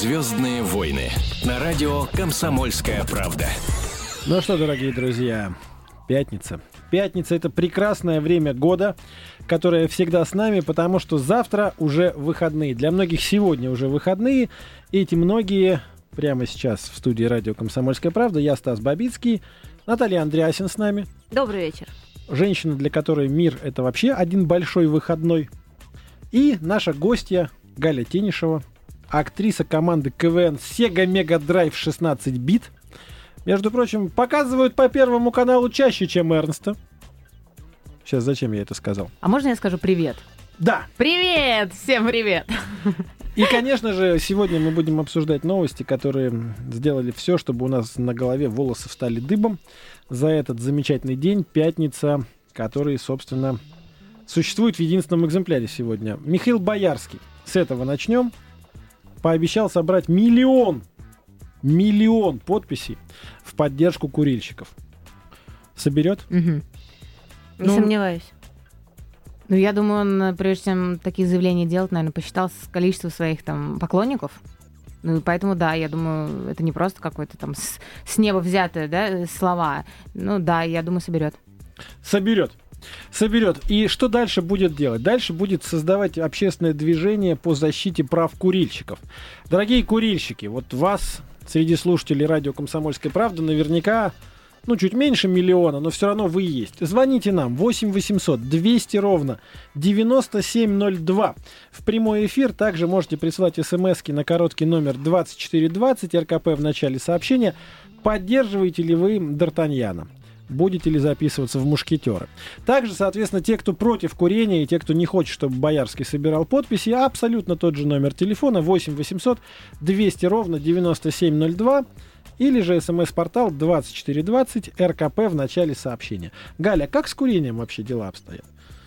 «Звездные войны» на радио «Комсомольская правда». Ну что, дорогие друзья, пятница. Пятница — это прекрасное время года, которое всегда с нами, потому что завтра уже выходные. Для многих сегодня уже выходные. И эти многие прямо сейчас в студии радио «Комсомольская правда». Я Стас Бабицкий, Наталья Андреасин с нами. Добрый вечер. Женщина, для которой мир — это вообще один большой выходной. И наша гостья Галя Тенишева, актриса команды КВН Sega Mega Drive 16 бит. Между прочим, показывают по Первому каналу чаще, чем Эрнста. Сейчас, зачем я это сказал? А можно я скажу привет? Да! Привет! Всем привет! И, конечно же, сегодня мы будем обсуждать новости, которые сделали все, чтобы у нас на голове волосы встали дыбом за этот замечательный день, пятница, который, собственно, существует в единственном экземпляре сегодня. Михаил Боярский. С этого начнем. Пообещал собрать миллион подписей в поддержку курильщиков. Соберет? Не сомневаюсь. Ну, я думаю, он, прежде чем такие заявления делать, наверное, посчитал количество своих там поклонников. Ну, и поэтому, да, я думаю, это не просто какое-то там с неба взятые, да, слова. Ну, да, я думаю, соберет. Соберет. И что дальше будет делать? Дальше будет создавать общественное движение по защите прав курильщиков. Дорогие курильщики, вот вас среди слушателей радио «Комсомольская правда» наверняка, чуть меньше миллиона, но все равно вы есть. Звоните нам 8 800 200 ровно 9702 в прямой эфир. Также можете присылать смски на короткий номер 2420, РКП в начале сообщения. Поддерживаете ли вы Д'Артаньяна? Будете ли записываться в мушкетеры? Также, соответственно, те, кто против курения и те, кто не хочет, чтобы Боярский собирал подписи, абсолютно тот же номер телефона 8 800 200 ровно 9702 или же смс-портал 2420, РКП в начале сообщения. Галя, как с курением вообще дела обстоят?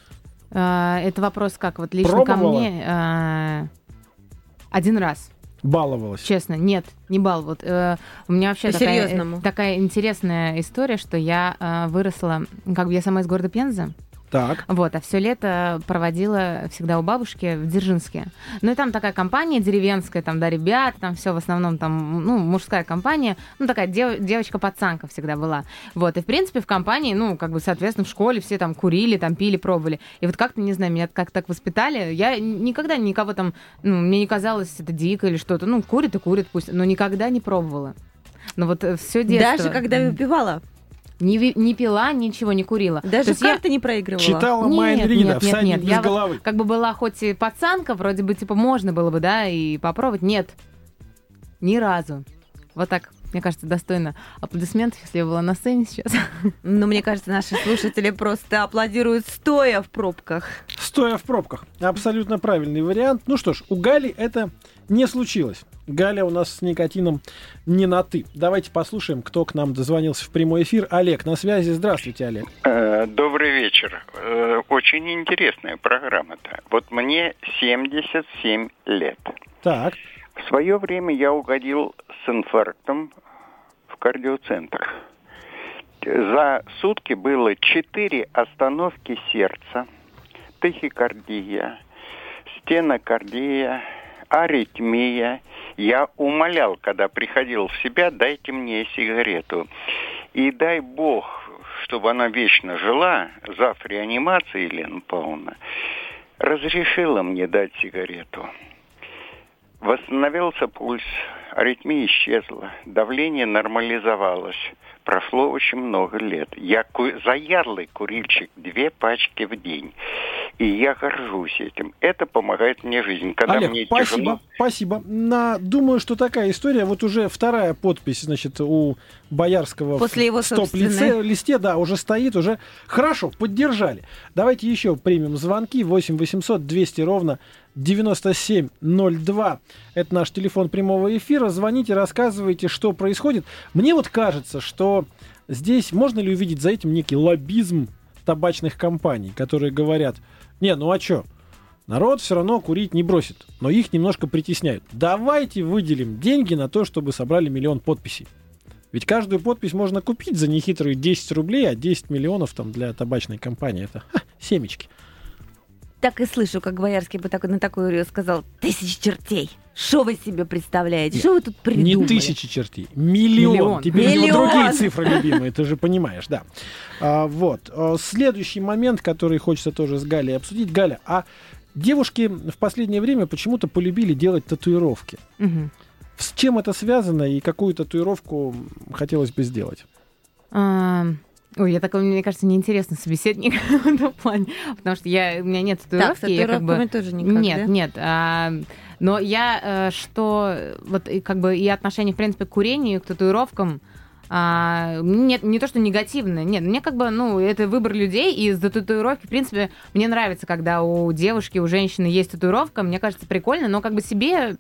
Это вопрос как? Вот лично Пробовала? ко мне один раз. Баловалась? Честно, нет, не бал. Вот, у меня вообще такая интересная история, что я выросла, я сама из города Пенза. Так. Вот, а все лето проводила всегда у бабушки в Дзержинске. Ну и там такая компания деревенская, там, да, ребята, там все в основном там, мужская компания, такая девочка-пацанка всегда была. Вот, и в принципе в компании, соответственно, в школе все там курили, там пили, пробовали. И вот как-то, не знаю, меня как так воспитали, я никогда никого там, мне не казалось это дико или что-то, курит и курит пусть, но никогда не пробовала. Но вот все детство... Даже когда выпивала? Не пила, ничего не курила. Даже в карты не проигрывала? Читала Майн Рида, «Всадник без головы». Я как бы была хоть и пацанка, вроде бы, можно было бы, да, и попробовать. Нет, ни разу. Вот так, мне кажется, достойно аплодисментов, если я была на сцене сейчас. Ну, мне кажется, наши слушатели просто аплодируют стоя в пробках. Стоя в пробках. Абсолютно правильный вариант. Ну что ж, у Гали это не случилось. Галя у нас с никотином не на «ты». Давайте послушаем, кто к нам дозвонился в прямой эфир. Олег на связи. Здравствуйте, Олег. Добрый вечер. Очень интересная программа-то. Вот мне 77 лет. Так. В свое время я угодил с инфарктом в кардиоцентр. За сутки было 4 остановки сердца, тахикардия, стенокардия, аритмия. Я умолял, когда приходил в себя, дайте мне сигарету. И дай бог, чтобы она вечно жила, зав. Реанимации Елена Павловна разрешила мне дать сигарету. Восстановился пульс, аритмия исчезла, давление нормализовалось. Прошло очень много лет. Я заядлый курильщик, 2 пачки в день. И я горжусь этим. Это помогает мне в жизни. Когда Олег, мне спасибо. Думаю, что такая история. Вот уже вторая подпись, значит, у Боярского после его стоп-листе, да, уже стоит, уже хорошо, поддержали. Давайте еще примем звонки. 8 800 200 ровно 9702. Это наш телефон прямого эфира. Звоните, рассказывайте, что происходит. Мне вот кажется, что здесь можно ли увидеть за этим некий лоббизм табачных компаний, которые говорят: а что? Народ все равно курить не бросит, но их немножко притесняют. Давайте выделим деньги на то, чтобы собрали 1 миллион подписей. Ведь каждую подпись можно купить за нехитрые 10 рублей, а 10 миллионов там для табачной компании — это семечки. Так и слышу, как Боярский бы на такую сказал: 1000 чертей. Что вы себе представляете? Что вы тут придумали? Не тысячи чертей, миллион. Теперь у него другие цифры любимые, ты же понимаешь, да. Следующий момент, который хочется тоже с Галей обсудить. Галя, а девушки в последнее время почему-то полюбили делать татуировки. Угу. С чем это связано и какую татуировку хотелось бы сделать? Ой, я такой, мне кажется, неинтересный собеседник в этом плане, потому что у меня нет татуировки. Так, с татуировками тоже никак, Нет. Но я, вот как бы и отношение, в принципе, к курению, к татуировкам, нет, не то, что негативное, нет, мне как бы, это выбор людей, и из-за татуировки, в принципе, мне нравится, когда у девушки, у женщины есть татуировка, мне кажется, прикольно, но как бы себе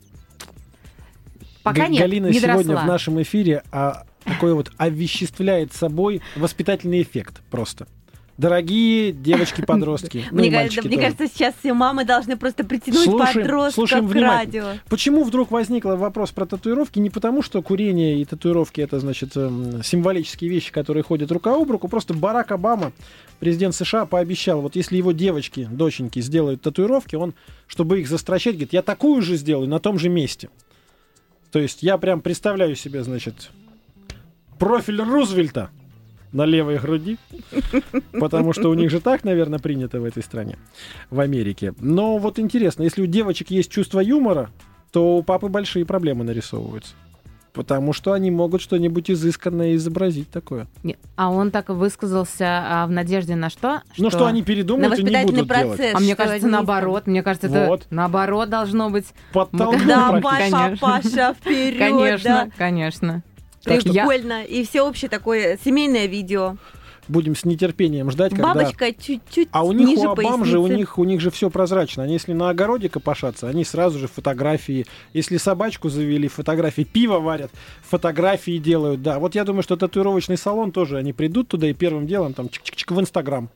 пока нет, Галина не сегодня доросла. в нашем эфире такой вот овеществляет собой воспитательный эффект просто. Дорогие девочки-подростки, Мне мальчики тоже. кажется, сейчас все мамы должны просто притянуть подростков к радио. Почему вдруг возник вопрос про татуировки? Не потому, что курение и татуировки — это, значит, символические вещи, которые ходят рука об руку. Просто Барак Обама, президент США, пообещал, вот если его девочки, доченьки, сделают татуировки, он, чтобы их застращать, говорит, я такую же сделаю на том же месте. То есть я прям представляю себе, значит, профиль Рузвельта на левой груди, потому что у них же так, наверное, принято в этой стране, в Америке. Но вот интересно, если у девочек есть чувство юмора, то у папы большие проблемы нарисовываются. Потому что они могут что-нибудь изысканное изобразить такое. Нет. А он так высказался в надежде на что? Ну что они передумают и не будут делать. А мне кажется, наоборот. Мне кажется, это наоборот должно быть. Подтолкнуть давай, папаша, вперед. Конечно. Прикольно. И всеобщее такое семейное видео. Будем с нетерпением ждать, когда... Бабочка чуть-чуть А у них, ниже у Обам поясницы. же, у них же все прозрачно. Они, если на огороде копошатся, они сразу же фотографии. Если собачку завели, фотографии. Пиво варят, фотографии делают. Да, вот я думаю, что татуировочный салон тоже, они придут туда и первым делом там чик-чик-чик в Инстаграм.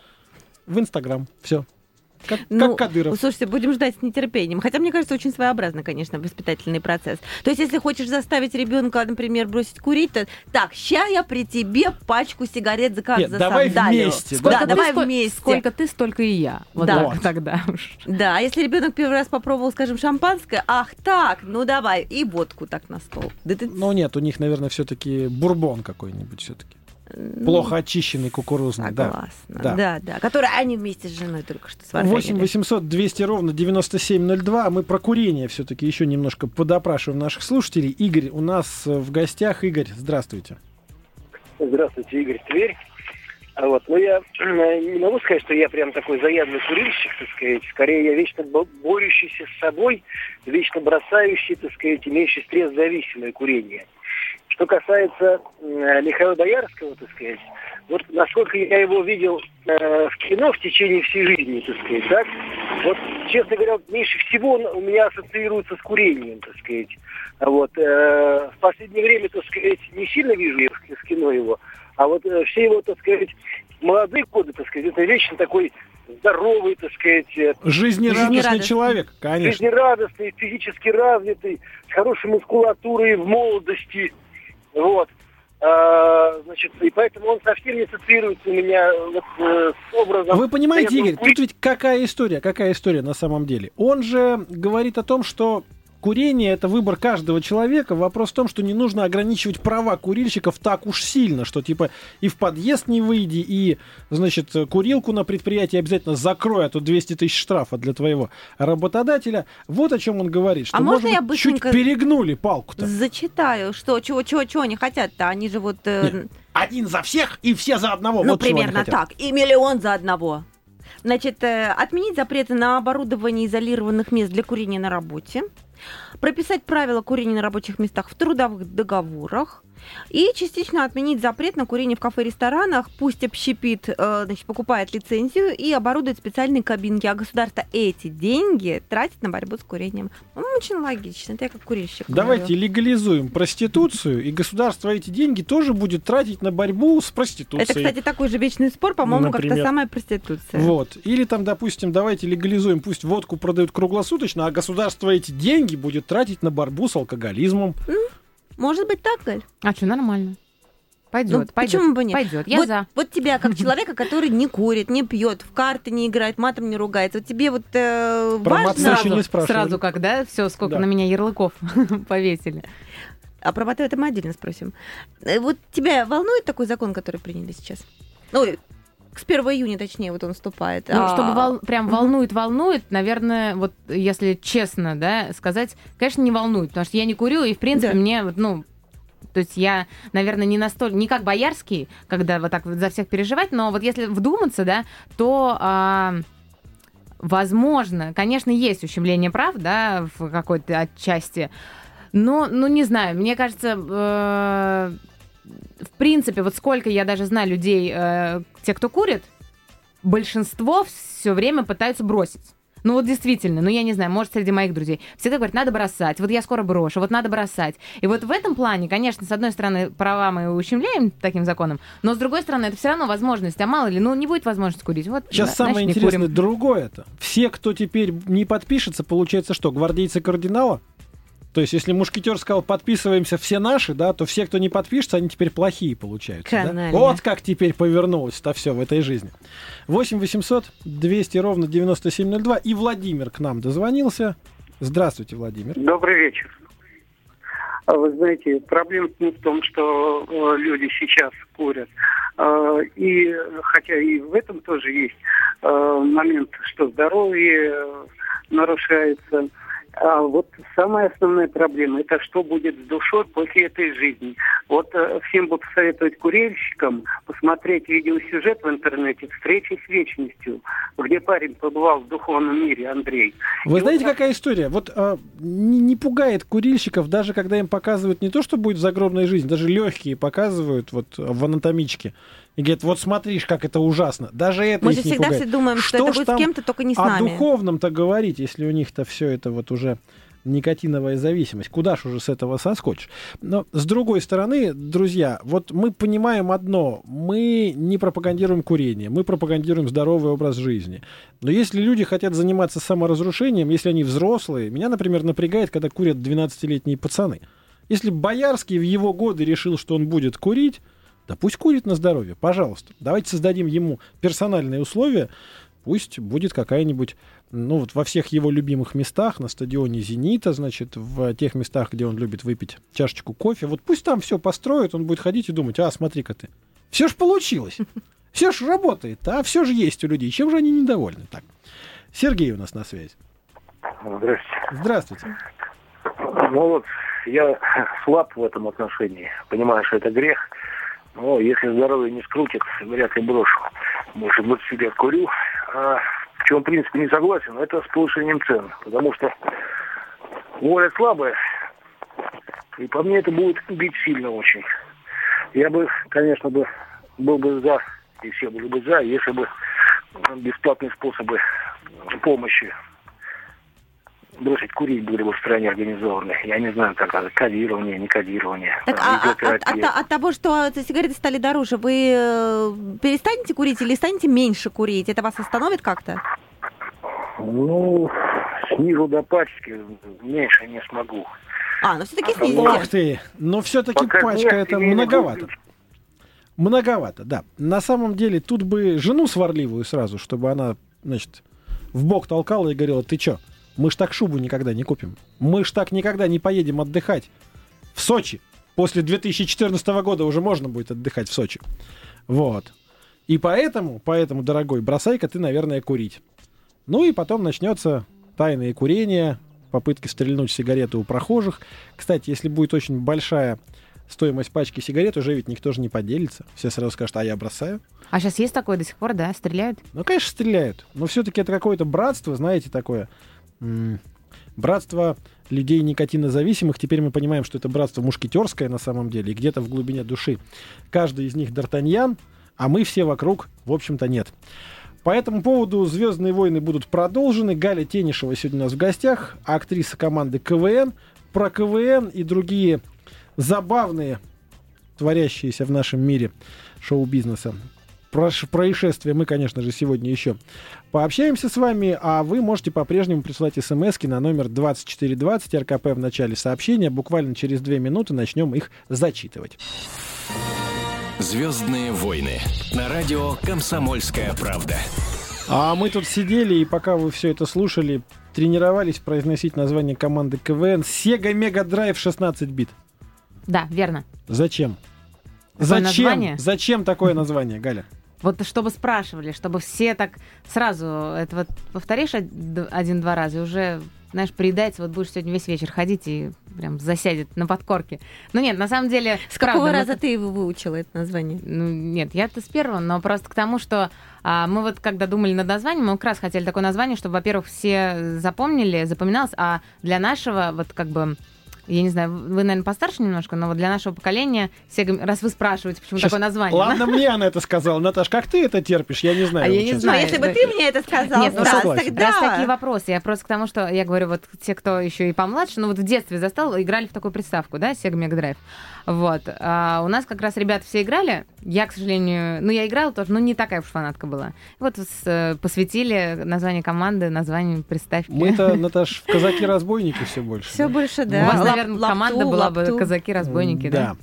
В Инстаграм. Все. Как Кадыров. Слушайте, будем ждать с нетерпением. Хотя, мне кажется, очень своеобразно, конечно, воспитательный процесс. То есть, если хочешь заставить ребенка, например, бросить курить, то так, ща я при тебе пачку сигарет засандалю. Давай вместе. Давай вместе. Сколько ты, столько и я. Вот да. так тогда уж. Да, если ребенок первый раз попробовал, скажем, шампанское, ах так, ну давай, и водку так на стол. Ну нет, у них, наверное, все-таки бурбон какой-нибудь все-таки. Плохо очищенный кукурузный. Согласна. Да. Который они вместе с женой только что сварганили. 8 800 200 ровно 9702. Мы про курение все-таки еще немножко подопрашиваем наших слушателей. Игорь у нас в гостях. Игорь, здравствуйте. Здравствуйте, Игорь, Тверь. Но я не могу сказать, что я прям такой заядлый курильщик, так сказать. Скорее, я вечно борющийся с собой, вечно бросающий, так сказать, имеющий стресс-зависимое курение. Что касается Михаила Боярского, так сказать, вот насколько я его видел в кино в течение всей жизни, так сказать, так, вот, честно говоря, меньше всего он у меня ассоциируется с курением, так сказать. В последнее время, так сказать, не сильно вижу я в кино его, а вот все его, так сказать, молодые годы, так сказать, это вечно такой здоровый, так сказать... Жизнерадостный человек, конечно. Жизнерадостный, физически развитый, с хорошей мускулатурой в молодости. И поэтому он совсем не ассоциируется у меня с образом... Вы понимаете, Игорь, тут ведь какая история на самом деле? Он же говорит о том, что курение — это выбор каждого человека. Вопрос в том, что не нужно ограничивать права курильщиков так уж сильно, что типа и в подъезд не выйди, и, значит, курилку на предприятии обязательно закрой, а то 200 тысяч штрафа для твоего работодателя. Вот о чем он говорит, что, может быть, чуть перегнули палку-то. Зачитаю, чего они хотят-то? Они же вот... Нет, один за всех и все за одного. Ну, вот примерно так. И миллион за одного. Значит, отменить запреты на оборудование изолированных мест для курения на работе, прописать правила курения на рабочих местах в трудовых договорах и частично отменить запрет на курение в кафе и ресторанах. Пусть общепит покупает лицензию и оборудует специальные кабинки, а государство эти деньги тратит на борьбу с курением. Очень логично. Это я как курильщик. Давайте говорю. легализуем проституцию, и государство эти деньги тоже будет тратить на борьбу с проституцией. Это, кстати, такой же вечный спор, по-моему, как та самая проституция. Вот. Или там, допустим, давайте легализуем, пусть водку продают круглосуточно, а государство эти деньги будет тратить на борьбу с алкоголизмом. Может быть так, Галь? А что, нормально. Пойдет. Почему бы нет? Пойдет. Я за. Вот тебя, как человека, который не курит, не пьет, в карты не играет, матом не ругается, вот тебе вот важно... Сразу как, да? Все, сколько на меня ярлыков повесили. А про мотив это мы отдельно спросим. Вот тебя волнует такой закон, который приняли сейчас? Ой, с 1 июня, точнее, вот он вступает. Ну, чтобы прям волнует, наверное, вот если честно, да, сказать, конечно, не волнует, потому что я не курю, и, в принципе, мне, ну, то есть я, наверное, не как Боярский, когда вот так вот за всех переживать, но вот если вдуматься, да, то... возможно, конечно, есть ущемление прав, да, в какой-то отчасти, но, ну, не знаю, мне кажется, в принципе, вот сколько я даже знаю людей, те, кто курит, большинство все время пытаются бросить. Ну вот действительно, ну я не знаю, может, среди моих друзей всегда говорят, надо бросать, вот я скоро брошу, вот надо бросать. И вот в этом плане, конечно, с одной стороны, права мы ущемляем таким законом, но с другой стороны, это все равно возможность, а мало ли, ну не будет возможности курить. Вот, сейчас самое интересное, другое-то. Все, кто теперь не подпишется, получается что, гвардейцы кардинала? То есть, если мушкетер сказал, подписываемся все наши, да, то все, кто не подпишется, они теперь плохие получаются. Да? Вот как теперь повернулось-то все в этой жизни. 8 800 200 ровно 9702. И Владимир к нам дозвонился. Здравствуйте, Владимир. Добрый вечер. Вы знаете, проблема не в том, что люди сейчас курят. И хотя и в этом тоже есть момент, что здоровье нарушается. А вот самая основная проблема – это что будет с душой после этой жизни. Вот всем буду советовать курильщикам посмотреть видеосюжет в интернете «Встреча с вечностью», где парень побывал в духовном мире, Андрей. Вы знаете, какая история? Вот не пугает курильщиков, даже когда им показывают не то, что будет в загробной жизни, даже легкие показывают вот в анатомичке. И говорят, вот смотришь, как это ужасно. Даже это мы их же не всегда пугает. все думаем, что это будет с кем-то, только не с нами. О духовном-то говорить, если у них-то все это вот уже никотиновая зависимость. Куда ж уже с этого соскочишь? Но с другой стороны, друзья, вот мы понимаем одно. Мы не пропагандируем курение, мы пропагандируем здоровый образ жизни. Но если люди хотят заниматься саморазрушением, если они взрослые, меня, например, напрягает, когда курят 12-летние пацаны. Если Боярский в его годы решил, что он будет курить, да пусть курит на здоровье, пожалуйста. Давайте создадим ему персональные условия. Пусть будет какая-нибудь, ну вот во всех его любимых местах, на стадионе «Зенита», значит, в тех местах, где он любит выпить чашечку кофе. Вот пусть там все построят, он будет ходить и думать, смотри-ка ты, все ж получилось, все ж работает, а все же есть у людей. Чем же они недовольны? Так, Сергей у нас на связи. Здравствуйте. Здравствуйте. Ну вот, я слаб в этом отношении. Понимаю, что это грех. Но если здоровье не скрутит, вряд ли брошу. Может, 20 лет курю. А в чем, в принципе, не согласен, это с повышением цен. Потому что воля слабая. И по мне это будет бить сильно очень. Я бы, конечно, был бы за, и все были бы за, если бы бесплатные способы помощи бросить курить были бы в стране организованы. Я не знаю, как это, кодирование, не кодирование. Так, от того, что сигареты стали дороже, вы перестанете курить или станете меньше курить? Это вас остановит как-то? Ну, снизу до пачки, меньше не смогу. Но все-таки снизите. Ох ты, но все-таки пачка это многовато. Многовато, да. На самом деле, тут бы жену сварливую сразу, чтобы она, значит, в бок толкала и говорила, ты чё? Мы ж так шубу никогда не купим. Мы ж так никогда не поедем отдыхать в Сочи. После 2014 года уже можно будет отдыхать в Сочи. Вот. И поэтому, дорогой, бросай-ка ты, наверное, курить. Ну и потом начнется тайное курение, попытки стрельнуть сигарету у прохожих. Кстати, если будет очень большая стоимость пачки сигарет, уже ведь никто же не поделится. Все сразу скажут, я бросаю. А сейчас есть такое до сих пор, да? Стреляют? Ну, конечно, стреляют. Но все-таки это какое-то братство, знаете, такое... Братство людей никотинозависимых. Теперь мы понимаем, что это братство мушкетерское на самом деле. И где-то в глубине души каждый из них Д'Артаньян, а мы все вокруг, в общем-то, нет. По этому поводу «Звездные войны» будут продолжены. Галя Тенишева сегодня у нас в гостях, актриса команды КВН. Про КВН и другие забавные, творящиеся в нашем мире шоу-бизнеса происшествия мы, конечно же, сегодня еще пообщаемся с вами, а вы можете по-прежнему присылать смски на номер 2420, РКП в начале сообщения. Буквально через 2 минуты начнем их зачитывать. «Звездные войны» на радио «Комсомольская правда». А мы тут сидели, и пока вы все это слушали, тренировались произносить название команды КВН Sega Mega Drive 16 бит. Да, верно. Зачем? Такое название? Зачем такое название, Галя? Вот чтобы спрашивали, чтобы все так сразу это вот повторишь один-два раза и уже, знаешь, приедается, вот будешь сегодня весь вечер ходить и прям засядет на подкорке. Ну нет, на самом деле... С какого раза ты его выучила, это название? Ну нет, я-то с первого, но просто к тому, что мы вот когда думали над названием, мы как раз хотели такое название, чтобы, во-первых, все запомнили, запоминалось, а для нашего вот как бы... Я не знаю, вы, наверное, постарше немножко, но вот для нашего поколения, раз вы спрашиваете, почему Сейчас, такое название... Ладно, мне она это сказала. Наташ, как ты это терпишь? Я не знаю. Я не знаю. Если бы ты мне это сказал, нет, тогда... Раз такие вопросы. Я просто к тому, что я говорю, вот те, кто еще и помладше, ну вот в детстве застал, играли в такую приставку, да, Sega Mega Drive. Вот. А у нас как раз ребята все играли. Я, к сожалению, я играла тоже, но не такая уж фанатка была. Вот посвятили название команды, название приставки. Мы-то, Наташ, в казаки-разбойники все больше. Все больше, да. У вас, наверное, команда была бы казаки-разбойники, да?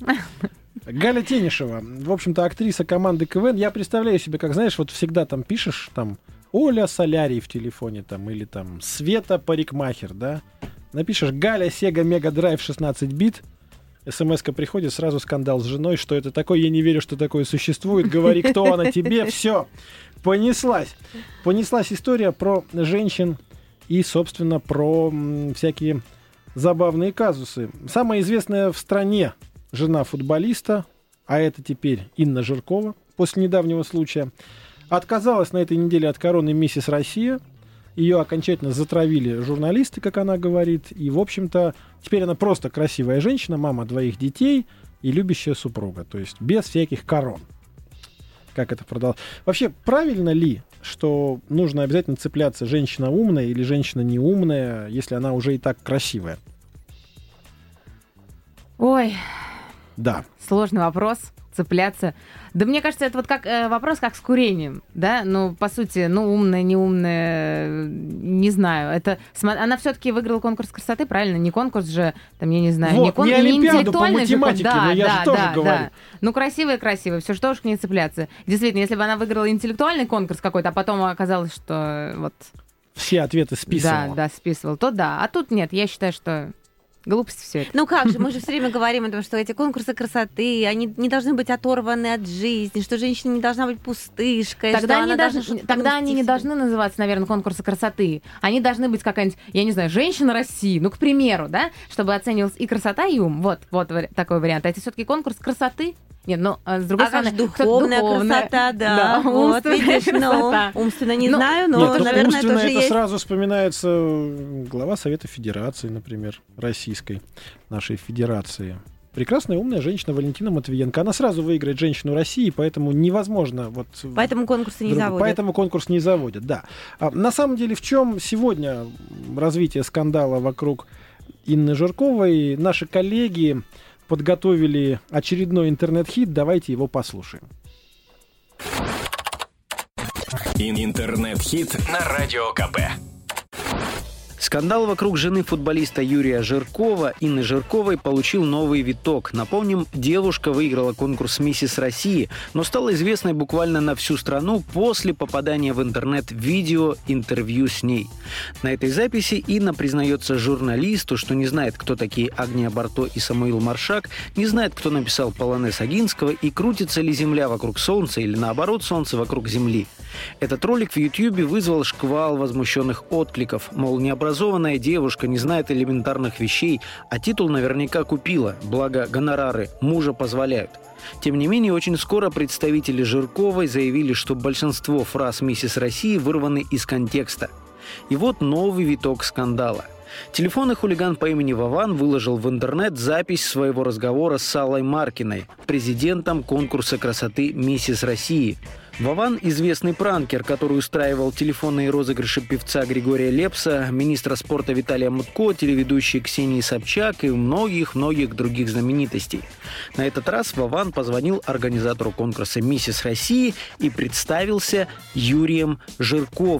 Галя Тенишева, в общем-то, актриса команды КВН. Я представляю себе, как, знаешь, вот всегда там пишешь, там, Оля Солярий в телефоне, там, или там, Света Парикмахер, да? Напишешь Галя Sega Mega Drive 16 бит, СМС-ка приходит, сразу скандал с женой, что это такое, я не верю, что такое существует, говори, кто она тебе, все, понеслась. Понеслась история про женщин и, собственно, про всякие забавные казусы. Самая известная в стране жена футболиста, а это теперь Инна Жиркова, после недавнего случая, отказалась на этой неделе от короны «Миссис Россия». Ее окончательно затравили журналисты, как она говорит. И, в общем-то, теперь она просто красивая женщина, мама 2 детей и любящая супруга. То есть без всяких корон. Как это продалось? Вообще, правильно ли, что нужно обязательно цепляться женщина умная или женщина неумная, если она уже и так красивая? Ой. Да. Сложный вопрос. Цепляться. Да мне кажется, это вот как вопрос, как с курением, да? Ну, по сути, умная, неумная, не знаю. Это она все-таки выиграла конкурс красоты, правильно? Не конкурс же, там, я не знаю, вот, не Олимпиаду по математике, да, но я же тоже говорю. Да. Ну, красивая, все, что уж к ней цепляться. Действительно, если бы она выиграла интеллектуальный конкурс какой-то, а потом оказалось, что вот... Все ответы списывала. Да, списывал, то да. А тут нет, я считаю, что... Глупость все это. Ну как же, мы же все время говорим о том, что эти конкурсы красоты, они не должны быть оторваны от жизни, что женщина не должна быть пустышкой. Тогда они не должны называться, наверное, конкурсы красоты. Они должны быть какая-нибудь, я не знаю, женщина России, ну, к примеру, да, чтобы оценивалась и красота, и ум. Вот такой вариант. А это все-таки конкурс красоты? Нет, но с другой стороны... духовная красота, да. Вот, видишь, умственно не знаю, но, нет, наверное, умственно тоже это есть. Сразу вспоминается глава Совета Федерации, например, российской, нашей федерации. Прекрасная умная женщина Валентина Матвиенко. Она сразу выиграет женщину России, поэтому невозможно... Поэтому конкурсы не заводят. Поэтому конкурс не заводят, да. На самом деле, в чем сегодня развитие скандала вокруг Инны Жирковой? Наши коллеги подготовили очередной интернет-хит. Давайте его послушаем. Интернет-хит на Радио КП. Скандал вокруг жены футболиста Юрия Жиркова, Инны Жирковой, получил новый виток. Напомним, девушка выиграла конкурс «Миссис России», но стала известной буквально на всю страну после попадания в интернет видео интервью с ней. На этой записи Инна признается журналисту, что не знает, кто такие Агния Барто и Самуил Маршак, не знает, кто написал полонез Огинского и крутится ли Земля вокруг Солнца или наоборот Солнце вокруг Земли. Этот ролик в Ютьюбе вызвал шквал возмущенных откликов, мол, необразованная девушка не знает элементарных вещей, а титул наверняка купила, благо гонорары мужа позволяют. Тем не менее, очень скоро представители Жирковой заявили, что большинство фраз «Миссис России» вырваны из контекста. И вот новый виток скандала. Телефонный хулиган по имени Вован выложил в интернет запись своего разговора с Аллой Маркиной, президентом конкурса красоты «Миссис России». Вован – известный пранкер, который устраивал телефонные розыгрыши певца Григория Лепса, министра спорта Виталия Мутко, телеведущей Ксении Собчак и многих-многих других знаменитостей. На этот раз Вован позвонил организатору конкурса «Миссис России» и представился Юрием Жирковым.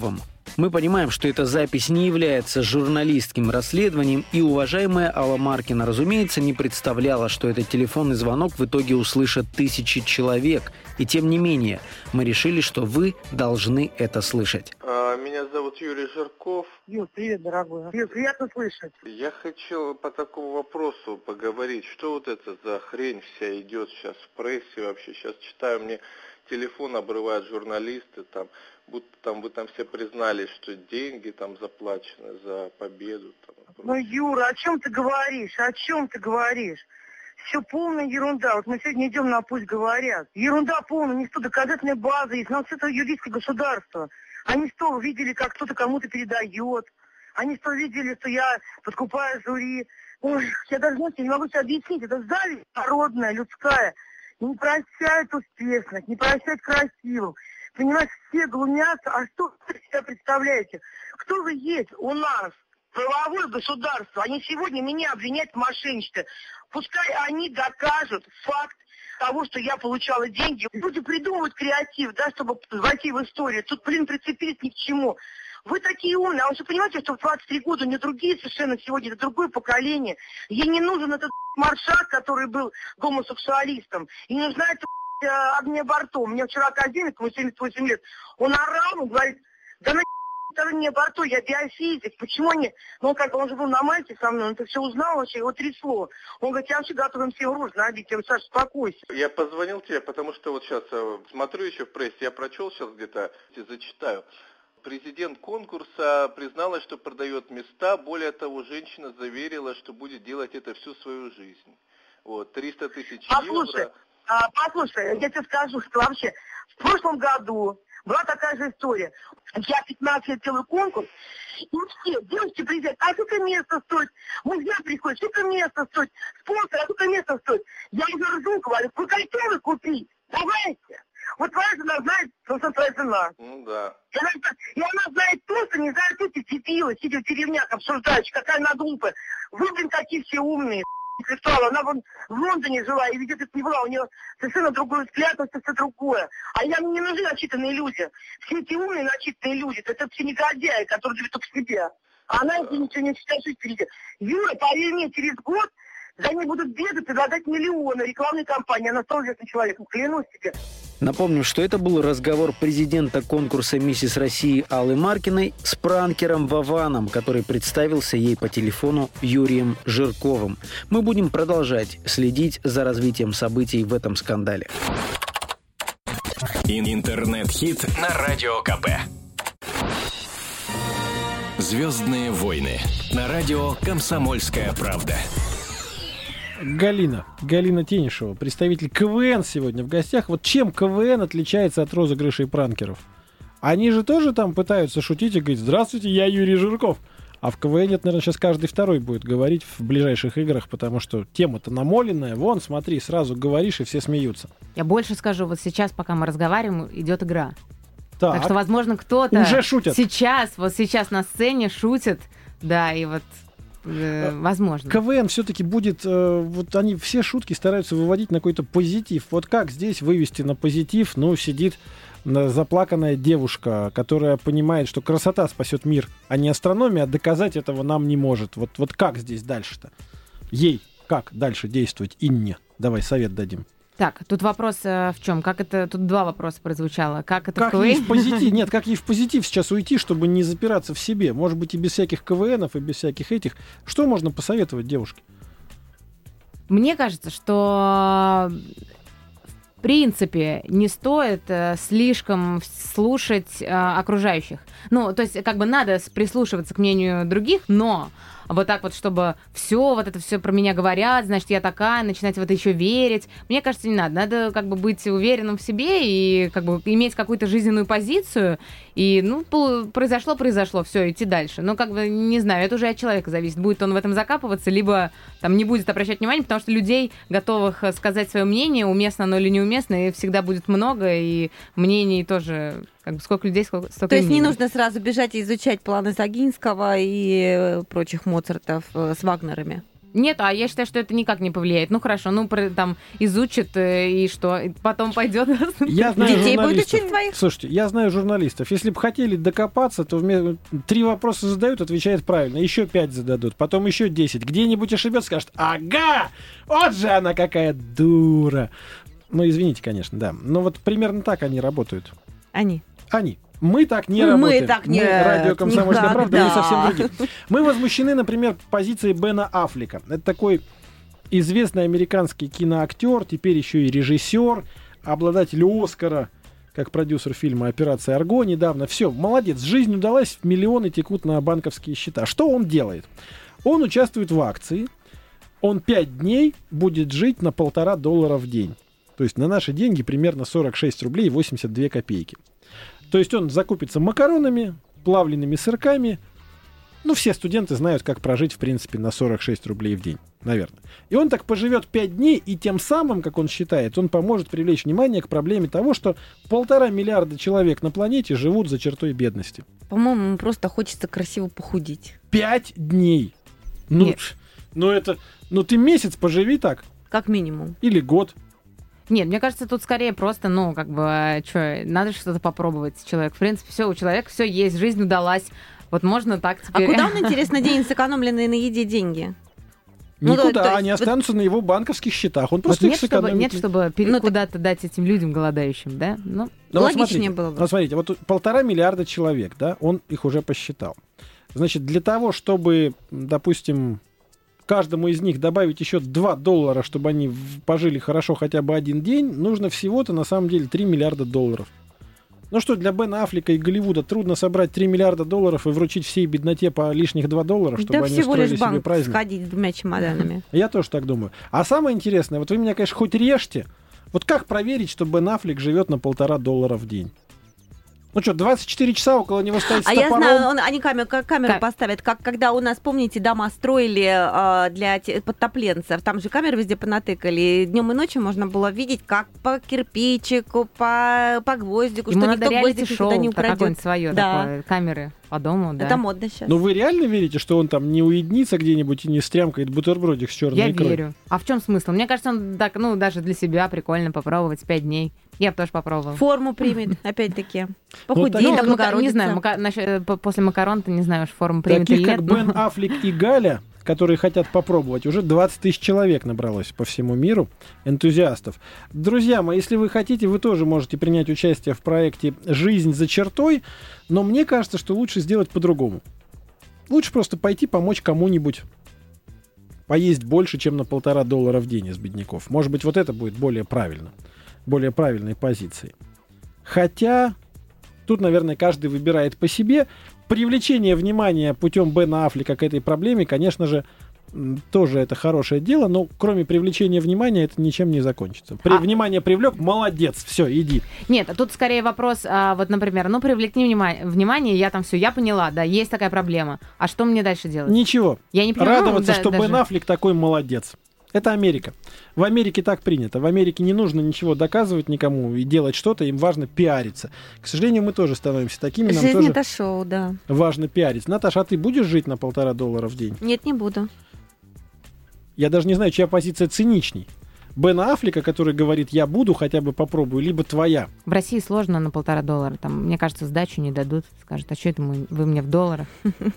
Мы понимаем, что эта запись не является журналистским расследованием, и уважаемая Алла Маркина, разумеется, не представляла, что этот телефонный звонок в итоге услышат тысячи человек. И тем не менее, мы решили, что вы должны это слышать. Меня зовут Юрий Жирков. Юр, привет, дорогой. Юр, приятно слышать. Я хочу по такому вопросу поговорить. Что вот это за хрень вся идет сейчас в прессе вообще? Сейчас читаю, мне телефон обрывают журналисты, там, будто там вы там все признались, что деньги там заплачены за победу. Там, ну, Юра, о чем ты говоришь? О чем ты говоришь? Все полная ерунда. Вот мы сегодня идем на «Пусть говорят». Ерунда полная, не что доказательная база есть. У нас это юридическое государство. Они что, видели, как кто-то кому-то передает? Они что, видели, что я подкупаю жюри? Ой, я даже, знаете, не могу себе объяснить. Это зависть народная, людская. Не прощает успешность, не прощает красивым. Понимаешь, все глумятся. А что вы себя представляете? Кто вы есть у нас? Правовое государство. Они сегодня меня обвиняют в мошенничестве. Пускай они докажут факт того, что я получала деньги. Люди придумывают креатив, да, чтобы войти в историю. Тут, прицепились ни к чему. Вы такие умные. А вы же понимаете, что в 23 года у меня другие совершенно сегодня, это другое поколение. Ей не нужен этот Маршак, который был гомосексуалистом. И не нужна эта Агния Барто. У меня вчера академик, ему 78 лет. Он орал, он говорит, да Агния Барто, я биофизик. Почему они... Ну, он же был на Мальте со мной, он это все узнал вообще, его трясло. Он говорит, я вообще готов им всем рожь набить. Я говорю, Саша, успокойся. Я позвонил тебе, потому что вот сейчас смотрю еще в прессе, я прочел сейчас где-то, зачитаю. Президент конкурса призналась, что продает места. Более того, женщина заверила, что будет делать это всю свою жизнь. Вот, 300 тысяч евро. Послушай, я тебе скажу, что вообще в прошлом году была такая же история. Я 15 лет делаю конкурс, и все девушки приезжают, а сколько место стоит? Мужья приходят, сколько место стоит? Спонсор, а сколько место стоит? Я уже ржу, говорю, вы готовы купить? Давайте. Вот твоя жена знает, что твоя жена. Ну да. И она знает то, что не знают эти дебилы, сидя в деревнях, обсуждающие, какая она глупая. Вы, блин, какие все умные. Она вон в Лондоне жила, и ведь это не была, у нее совершенно другой взгляд, это все другое. А мне не нужны начитанные люди. Все эти умные начитанные люди, это все негодяи, которые живут только в себе. А она ничего не считает впереди. Юра, поверь мне, через год за ней будут бегать, предлагать миллионы рекламной кампании. Она стала известным человеком, клянусь тебе. Напомню, что это был разговор президента конкурса «Миссис России» Аллы Маркиной с пранкером Вованом, который представился ей по телефону Юрием Жирковым. Мы будем продолжать следить за развитием событий в этом скандале. Интернет-хит на Радио КП. «Звездные войны» на радио «Комсомольская правда». Галина Тенишева, представитель КВН сегодня в гостях. Вот чем КВН отличается от розыгрышей пранкеров? Они же тоже там пытаются шутить и говорить: здравствуйте, я Юрий Жирков. А в КВН, наверное, сейчас каждый второй будет говорить в ближайших играх, потому что тема-то намоленная. Вон, смотри, сразу говоришь, и все смеются. Я больше скажу, вот сейчас, пока мы разговариваем, идет игра. Так что, возможно, кто-то уже шутит. Сейчас на сцене шутит, да, и вот возможно. КВН все-таки будет, вот они все шутки стараются выводить на какой-то позитив. Вот как здесь вывести на позитив? Ну, сидит заплаканная девушка, которая понимает, что красота спасет мир, а не астрономия, а доказать этого нам не может. Вот как здесь дальше-то? Ей как дальше действовать? Инне, давай совет дадим. Так, тут вопрос в чем? Как это? Тут два вопроса прозвучало. Как это как ей в позитив? Нет, как ей в позитив сейчас уйти, чтобы не запираться в себе? Может быть, и без всяких КВНов, и без всяких этих. Что можно посоветовать девушке? Мне кажется, что в принципе не стоит слишком слушать окружающих. Ну, то есть, как бы надо прислушиваться к мнению других, но вот так вот, чтобы все про меня говорят, значит, я такая, начинать в это еще верить. Мне кажется, не надо. Надо как бы быть уверенным в себе и как бы иметь какую-то жизненную позицию. И, ну, произошло, все, идти дальше. Но как бы, не знаю, это уже от человека зависит. Будет он в этом закапываться, либо там не будет обращать внимания, потому что людей, готовых сказать свое мнение, уместно оно или неуместно, и всегда будет много, и мнений тоже... Как бы сколько людей, столько То есть мнений. Не нужно сразу бежать и изучать планы Загинского и прочих Моцартов с Вагнерами? Нет, а я считаю, что это никак не повлияет. Ну хорошо, там изучит и что? И потом пойдет. Я знаю Детей будет журналистов. учить твоих? Слушайте, я знаю журналистов. Если бы хотели докопаться, то 3 вопроса задают, отвечает правильно. Еще 5 зададут, потом еще 10. Где-нибудь ошибется, скажет: ага, вот же она какая дура. Ну, извините, конечно, да. Но вот примерно так они работают. Они. Мы так не работаем. Мы так не... Радио «Комсомольская правда», никогда. мы совсем другие. Мы возмущены, например, позицией Бена Аффлека. Это такой известный американский киноактер, теперь еще и режиссер, обладатель Оскара, как продюсер фильма «Операция Арго» недавно. Все, молодец, жизнь удалась, миллионы текут на банковские счета. Что он делает? Он участвует в акции. Он 5 дней будет жить на $1,5 в день. То есть на наши деньги примерно 46 рублей 82 копейки. То есть он закупится макаронами, плавленными сырками. Ну, все студенты знают, как прожить, в принципе, на 46 рублей в день, наверное. И он так поживет 5 дней, и тем самым, как он считает, он поможет привлечь внимание к проблеме того, что 1,5 миллиарда человек на планете живут за чертой бедности. По-моему, ему просто хочется красиво похудеть. 5 дней. Ты месяц поживи так. Как минимум. Или год. Нет, мне кажется, тут скорее просто, надо что-то попробовать. Человек, в принципе, все, у человека все есть, жизнь удалась. Вот можно так теперь. А куда он, интересно, денет сэкономленные на еде деньги? Никуда, они останутся на его банковских счетах. Он просто их сэкономит. Нет, чтобы куда-то дать этим людям голодающим, да? Логичнее было бы. Смотрите, вот 1,5 миллиарда человек, да, он их уже посчитал. Значит, для того, чтобы, допустим, каждому из них добавить еще $2, чтобы они пожили хорошо хотя бы один день, нужно всего-то, на самом деле, $3 миллиарда. Ну что, для Бена Аффлека и Голливуда трудно собрать $3 миллиарда и вручить всей бедноте по лишних $2, чтобы они устроили себе праздник. Сходить с 2 чемоданами. Я тоже так думаю. А самое интересное, вот вы меня, конечно, хоть режьте, вот как проверить, что Бен Аффлек живет на $1,5 в день? Ну что, 24 часа около него стоит с топором. Я знаю, они камеру поставят, как когда у нас, помните, дома строили для подтопленцев. Там же камеры везде понатыкали. Днем и ночью можно было видеть, как по кирпичику, по гвоздику, ему что надо никто гвоздик никуда не украдет. Какое-нибудь свое такое, камеры по дому, да. Это модно сейчас. Ну вы реально верите, что он там не уединится где-нибудь и не стрямкает бутербродик с черной икрой? Я верю. А в чем смысл? Мне кажется, он так, даже для себя прикольно попробовать 5 дней. Я бы тоже попробовала. Форму примет, опять-таки. Похудеет, не знаю, после макарон-то не знаю, форму примет или нет. Таких, как Бен Аффлек и Галя, которые хотят попробовать, уже 20 тысяч человек набралось по всему миру, энтузиастов. Друзья мои, если вы хотите, вы тоже можете принять участие в проекте «Жизнь за чертой», но мне кажется, что лучше сделать по-другому. Лучше просто пойти помочь кому-нибудь поесть больше, чем на $1,5 в день из бедняков. Может быть, вот это будет более правильно, более правильной позицией. Хотя тут, наверное, каждый выбирает по себе. Привлечение внимания путем Бена Аффлека к этой проблеме, конечно же, тоже это хорошее дело, но кроме привлечения внимания это ничем не закончится. Внимание привлек, молодец, все, иди. Нет, а тут скорее вопрос, вот, например, привлекни внимание, я поняла, да, есть такая проблема. А что мне дальше делать? Ничего. Я не понимаю, радоваться, что Бен Аффлек такой молодец. Это Америка. В Америке так принято. В Америке не нужно ничего доказывать никому и делать что-то, им важно пиариться. К сожалению, мы тоже становимся такими. Нам Жизнь тоже это шоу, да. Важно пиариться. Наташа, а ты будешь жить на $1,5 в день? Нет, не буду. Я даже не знаю, чья позиция циничней. Бена Аффлека, который говорит, я буду, хотя бы попробую, либо твоя. В России сложно на $1,5. Там, мне кажется, сдачу не дадут. Скажут, а что это вы мне в долларах?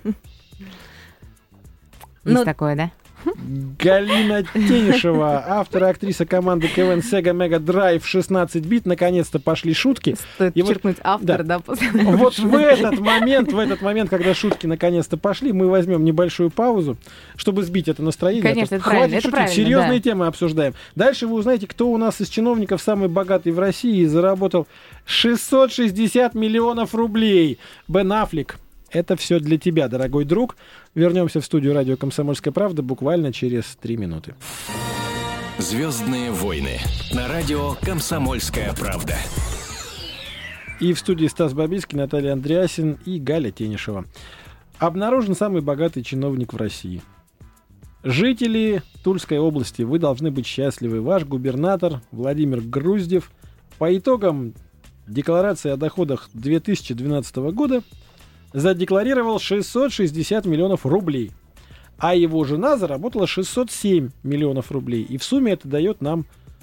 Есть такое, да? Галина Тенишева, автор и актриса команды КВН Sega Mega Drive 16 бит. Наконец-то пошли шутки. Стоит подчеркнуть автор, да. Вот в этот момент, когда шутки наконец-то пошли, мы возьмем небольшую паузу, чтобы сбить это настроение. Конечно, это правильно. Шутить, серьезные темы обсуждаем. Дальше вы узнаете, кто у нас из чиновников самый богатый в России и заработал 660 миллионов рублей. Бен Аффлек. Это все для тебя, дорогой друг. Вернемся в студию радио «Комсомольская правда» буквально через 3 минуты. «Звездные войны» на радио «Комсомольская правда». И в студии Стас Бабицкий, Наталья Андреасин и Галя Тенишева. Обнаружен самый богатый чиновник в России. Жители Тульской области, вы должны быть счастливы. Ваш губернатор Владимир Груздев по итогам декларации о доходах 2012 года задекларировал 660 миллионов рублей. а его жена заработала 607 миллионов рублей. И в сумме это дает нам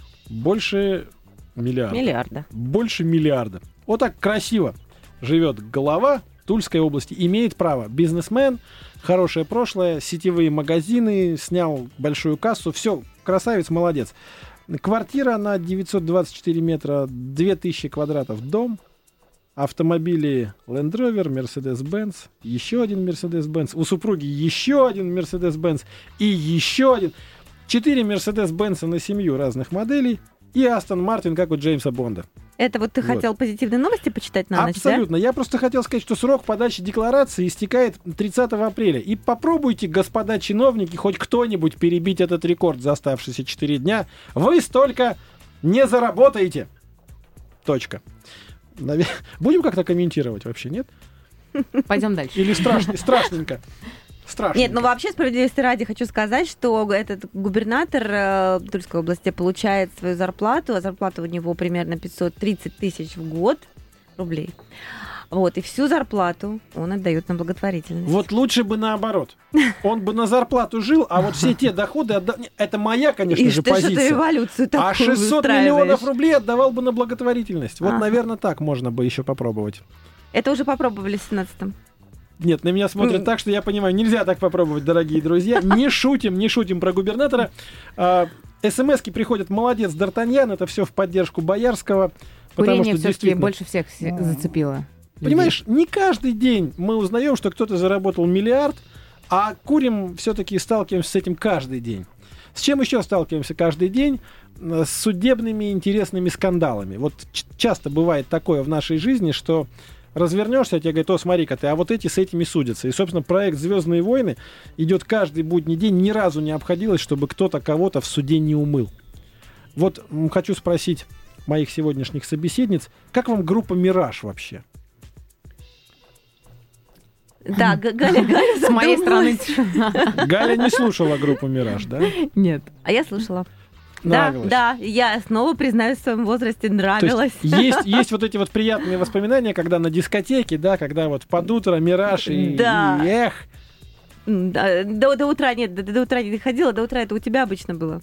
больше миллиарда. Больше миллиарда. Вот так красиво живет глава Тульской области. Имеет право. Бизнесмен, хорошее прошлое, сетевые магазины, снял большую кассу. Все, красавец, молодец. Квартира на 924 метра, 2000 квадратов дом. Автомобили Land Rover, Mercedes-Benz, еще один Mercedes-Benz. У супруги еще один Mercedes-Benz и еще один. 4 Mercedes-Benz на семью разных моделей. И Астон Мартин, как у Джеймса Бонда. Это вот ты хотел позитивные новости почитать на ночь, Абсолютно. Да? Я просто хотел сказать, что срок подачи декларации истекает 30 апреля. И попробуйте, господа чиновники, хоть кто-нибудь перебить этот рекорд за оставшиеся 4 дня. Вы столько не заработаете. Точка. Будем как-то комментировать вообще, нет? Пойдем дальше. Или страшненько? Страшно. Нет, ну вообще, справедливости ради, хочу сказать, что этот губернатор Тульской области получает свою зарплату, а зарплата у него примерно 530 тысяч в год рублей. Вот, и всю зарплату он отдает на благотворительность. Вот лучше бы наоборот. Он бы на зарплату жил, а вот все те доходы отдал... Это моя, конечно же, позиция. И что ты революцию такую А 600 миллионов рублей отдавал бы на благотворительность. Вот, наверное, так можно бы еще попробовать. Это уже попробовали в 17-м. Нет, на меня смотрят так, что я понимаю, нельзя так попробовать, дорогие друзья. Не шутим про губернатора. СМСки приходят, молодец, Д'Артаньян, это все в поддержку Боярского. Курение все-таки больше всех зацепило. Понимаешь, не каждый день мы узнаем, что кто-то заработал миллиард, а курим все-таки сталкиваемся с этим каждый день. С чем еще сталкиваемся каждый день? С судебными интересными скандалами. Вот часто бывает такое в нашей жизни, что развернешься, тебе говорят: о, смотри-ка ты, а вот эти с этими судятся. И, собственно, проект «Звездные войны» идет каждый будний день. Ни разу не обходилось, чтобы кто-то кого-то в суде не умыл. Вот хочу спросить моих сегодняшних собеседниц, как вам группа «Мираж» вообще? Да, Галя с моей стороны. Галя не слушала группу «Мираж», да? Нет. А я слушала. Нравилось. Да, я снова, признаюсь, в своем возрасте нравилось. Есть вот эти вот приятные воспоминания, когда на дискотеке, да, когда вот под утро «Мираж» и эх. До утра не доходило, до утра это у тебя обычно было.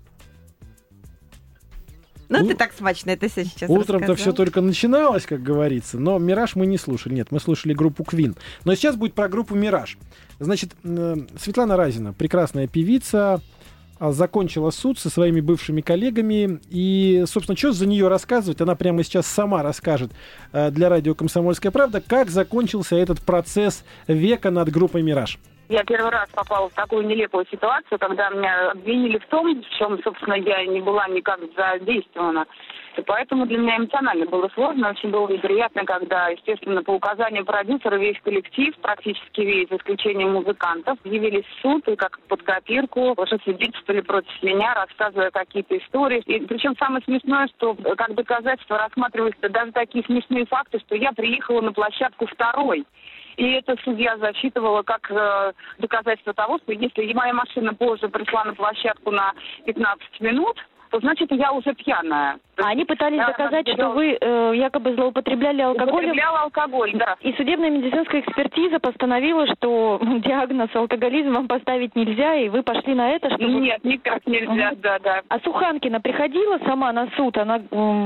Ну, ты так смачно это сейчас Утром-то все только начиналось, как говорится, но «Мираж» мы не слушали. Нет, мы слушали группу Queen. Но сейчас будет про группу «Мираж». Значит, Светлана Разина, прекрасная певица, закончила суд со своими бывшими коллегами. И, собственно, что за нее рассказывать? Она прямо сейчас сама расскажет для радио «Комсомольская правда», как закончился этот процесс века над группой «Мираж». Я первый раз попала в такую нелепую ситуацию, когда меня обвинили в том, в чем, собственно, я не была никак задействована. И поэтому для меня эмоционально было сложно, очень было неприятно, когда, естественно, по указанию продюсера весь коллектив, практически весь, за исключением музыкантов, явились в суд и как под копирку уже свидетельствовали против меня, рассказывая какие-то истории. И причем самое смешное, что как доказательство рассматривались даже такие смешные факты, что я приехала на площадку второй. И это судья засчитывала как доказательство того, что если моя машина позже пришла на площадку на 15 минут, то значит я уже пьяная. А они пытались доказать, что вы якобы злоупотребляли алкоголем. Употребляла алкоголь, да. И судебная медицинская экспертиза постановила, что диагноз алкоголизм вам поставить нельзя, и вы пошли на это, чтобы... Нет, никак нельзя, да. А Суханкина приходила сама на суд? Она...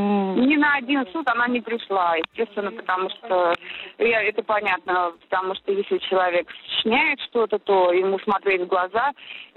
Ни на один суд она не пришла, естественно, потому что... Это понятно, потому что если человек сочиняет что-то, то ему смотреть в глаза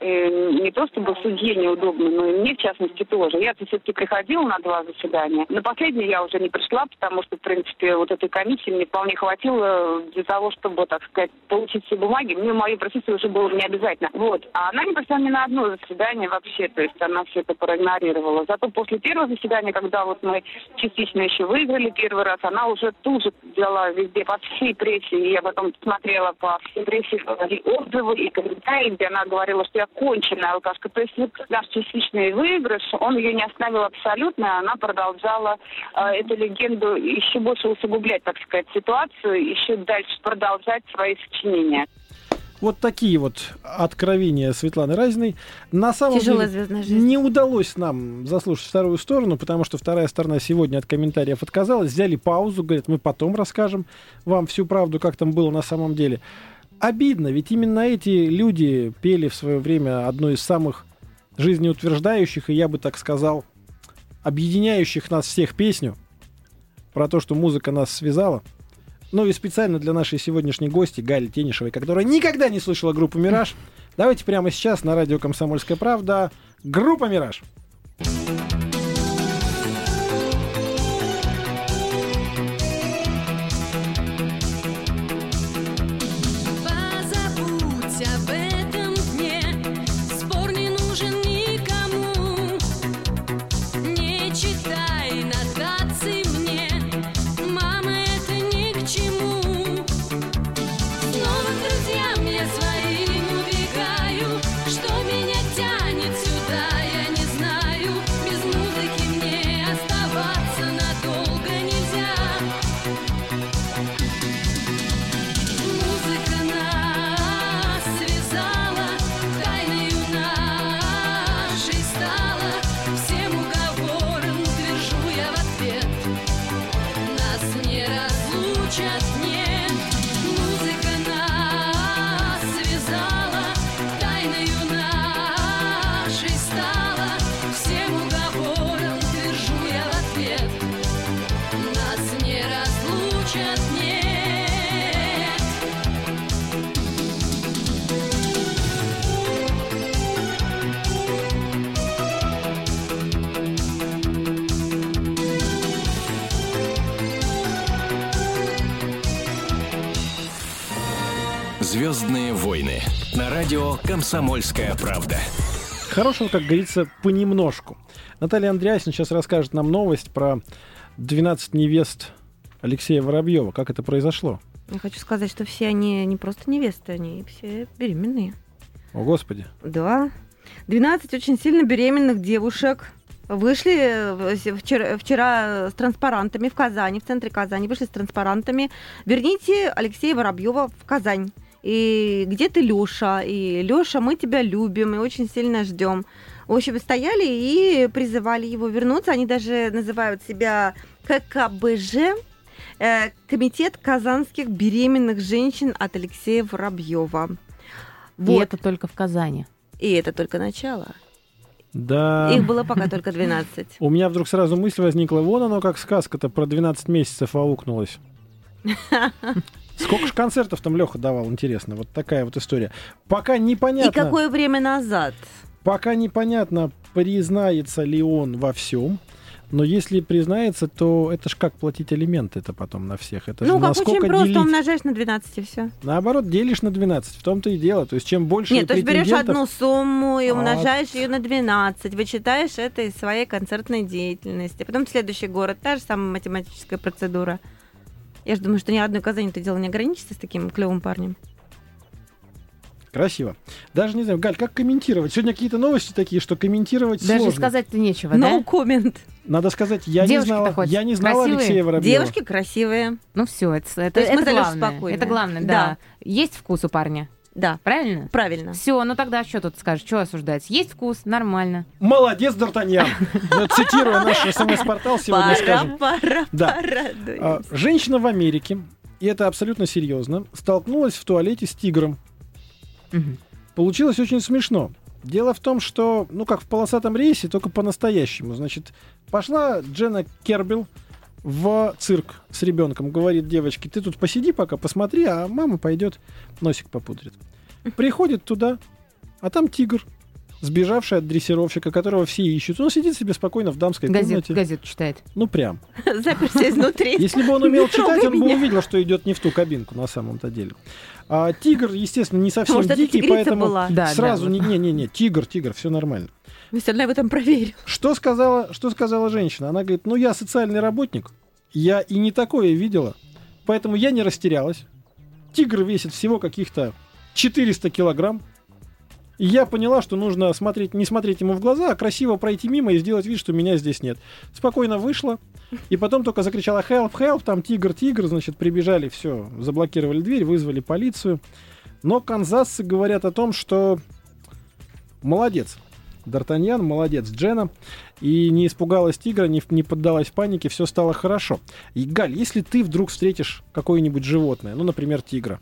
не то чтобы судье неудобно, но и мне, в частности, тоже. Я-то все-таки приходила на 2 заседания. На последнее я уже не пришла, потому что, в принципе, вот этой комиссии мне вполне хватило для того, чтобы, так сказать, получить все бумаги. Мне мое присутствие уже было не обязательно. Вот. А она не пришла ни на одно заседание вообще, то есть она все это проигнорировала. Зато после первого заседания, когда вот мы частично еще выиграли первый раз, она уже тут же взяла везде, по всей прессе, и я потом смотрела по всей прессе и отзывы, и комментарии, где она говорила, что я конченая алкашка. То есть вот наш частичный выигрыш, он ее не остановил абсолютно, она продолжала эту легенду еще больше усугублять, так сказать, ситуацию, еще дальше продолжать свои сочинения. Вот такие вот откровения Светланы Разиной. На самом деле не удалось нам заслушать вторую сторону, потому что вторая сторона сегодня от комментариев отказалась. Взяли паузу, говорят, мы потом расскажем вам всю правду, как там было на самом деле. обидно, ведь именно эти люди пели в свое время одну из самых жизнеутверждающих, и я бы так сказал, объединяющих нас всех песню про то, что музыка нас связала. Ну и специально для нашей сегодняшней гости Гали Тенишевой, которая никогда не слышала группу «Мираж», давайте прямо сейчас на радио «Комсомольская правда» группа «Мираж». «Звездные войны» на радио «Комсомольская правда». Хорошего, как говорится, понемножку. Наталья Андреасина сейчас расскажет нам новость про 12 невест Алексея Воробьева. Как это произошло? Я хочу сказать, что все они не просто невесты, они все беременные. О, Господи. Да. 12 очень сильно беременных девушек вышли вчера с транспарантами в Казани, в центре Казани, вышли с транспарантами: «Верните Алексея Воробьева в Казань». И где ты, Лёша? И Лёша, мы тебя любим и очень сильно ждем. В общем, стояли и призывали его вернуться. Они даже называют себя ККБЖ, Комитет казанских беременных женщин от Алексея Воробьева. Вот. И это только в Казани. И это только начало. Да. Их было пока только 12. У меня вдруг сразу мысль возникла: вон оно, как сказка-то про 12 месяцев аукнулась. Сколько же концертов там Леха давал, интересно. Вот такая вот история. Пока непонятно... И какое время назад? Пока непонятно, признается ли он во всем. Но если признается, то это ж как платить алименты это потом на всех. Это ну, же как насколько очень просто, делить? Умножаешь на 12 и все. Наоборот, делишь на 12. В том-то и дело. То есть чем больше Нет, то есть берешь одну сумму и А. умножаешь ее на 12. Вычитаешь это из своей концертной деятельности. Потом следующий город. Та же самая математическая процедура. Я же думаю, что ни одной Казани это дело не ограничится с таким клевым парнем. Красиво. Даже не знаю, Галь, как комментировать? Сегодня какие-то новости такие, что комментировать даже сложно. сказать-то нечего, No comment. Надо сказать, я не знала красивые? Алексея Воробьева. Девушки красивые. Ну все, это мы главное. Это главное, да. Есть вкус у парня? Да. Правильно? Правильно. Все, ну тогда что тут скажешь, что осуждать? Есть вкус, нормально. Молодец, Д'Артаньян. Цитируя наш СМС-портал, сегодня скажем. Пора. Женщина в Америке, и это абсолютно серьезно, столкнулась в туалете с тигром. Получилось очень смешно. Дело в том, что, ну, как в «Полосатом рейсе», только по-настоящему. Значит, пошла Дженна Кербел в цирк с ребенком. Говорит девочке: ты тут посиди пока, посмотри, а мама пойдет носик попудрит. Приходит туда, а там тигр, сбежавший от дрессировщика, которого все ищут. Он сидит себе спокойно в дамской комнате. Газету читает. Ну, прям. Заперся изнутри. Если бы он умел читать, он бы увидел, что идет не в ту кабинку на самом-то деле. А тигр, естественно, не совсем Может, дикий, поэтому была? сразу... Да, Не-не-не, тигр, все нормально. Остальное в этом проверю. Что сказала женщина? Она говорит: ну, я социальный работник, я и не такое видела, поэтому я не растерялась. Тигр весит всего каких-то 400 килограмм. И я поняла, что нужно не смотреть ему в глаза, а красиво пройти мимо и сделать вид, что меня здесь нет. Спокойно вышла, и потом только закричала: help, help, там тигр, значит, прибежали, все, заблокировали дверь, вызвали полицию. Но канзасцы говорят о том, что молодец Д'Артаньян, молодец Дженна, и не испугалась тигра, не поддалась панике, все стало хорошо. И, Галь, если ты вдруг встретишь какое-нибудь животное, ну, например, тигра,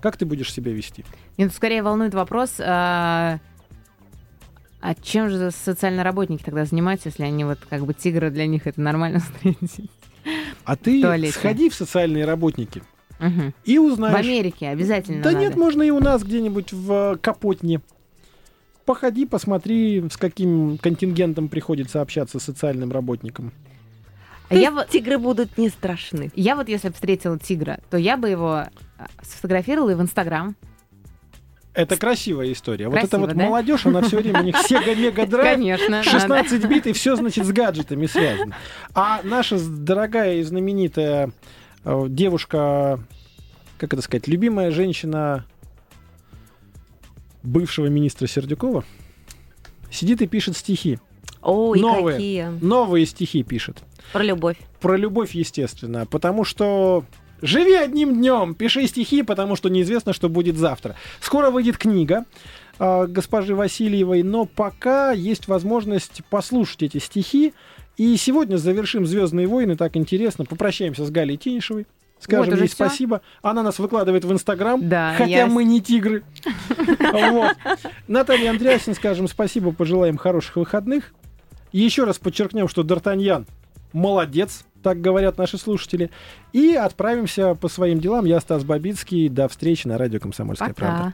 Как ты будешь себя вести? Меня тут скорее волнует вопрос, а чем же социальные работники тогда занимаются, если они вот как бы тигры, для них это нормально встретить? А ты сходи в социальные работники и узнаешь. В Америке обязательно Да надо. нет, можно и у нас где-нибудь в Капотне. Походи, посмотри, с каким контингентом приходится общаться с социальным работником. Тигры будут не страшны. Я вот если бы встретила тигра, то я бы его сфотографировала и в Инстаграм. Это красивая история. Красиво, вот это вот да? молодежь, она все время, у них Sega Mega Drive, Конечно, 16 бит, и все, значит, с гаджетами связано. А наша дорогая и знаменитая девушка, как это сказать, любимая женщина бывшего министра Сердюкова, сидит и пишет стихи. Ой, какие. Новые стихи пишет. Про любовь. Про любовь, естественно. Потому что живи одним днем, пиши стихи, потому что неизвестно, что будет завтра. Скоро выйдет книга госпожи Васильевой, но пока есть возможность послушать эти стихи. И сегодня завершим «Звездные войны». Так интересно. Попрощаемся с Галей Тинишевой. Скажем ей спасибо. Она нас выкладывает в Инстаграм, хотя мы не тигры. Наталья Андреасин, скажем спасибо, пожелаем хороших выходных. И еще раз подчеркнем, что Д'Артаньян молодец, так говорят наши слушатели. И отправимся по своим делам. Я Стас Бабицкий. До встречи на радио «Комсомольская правда».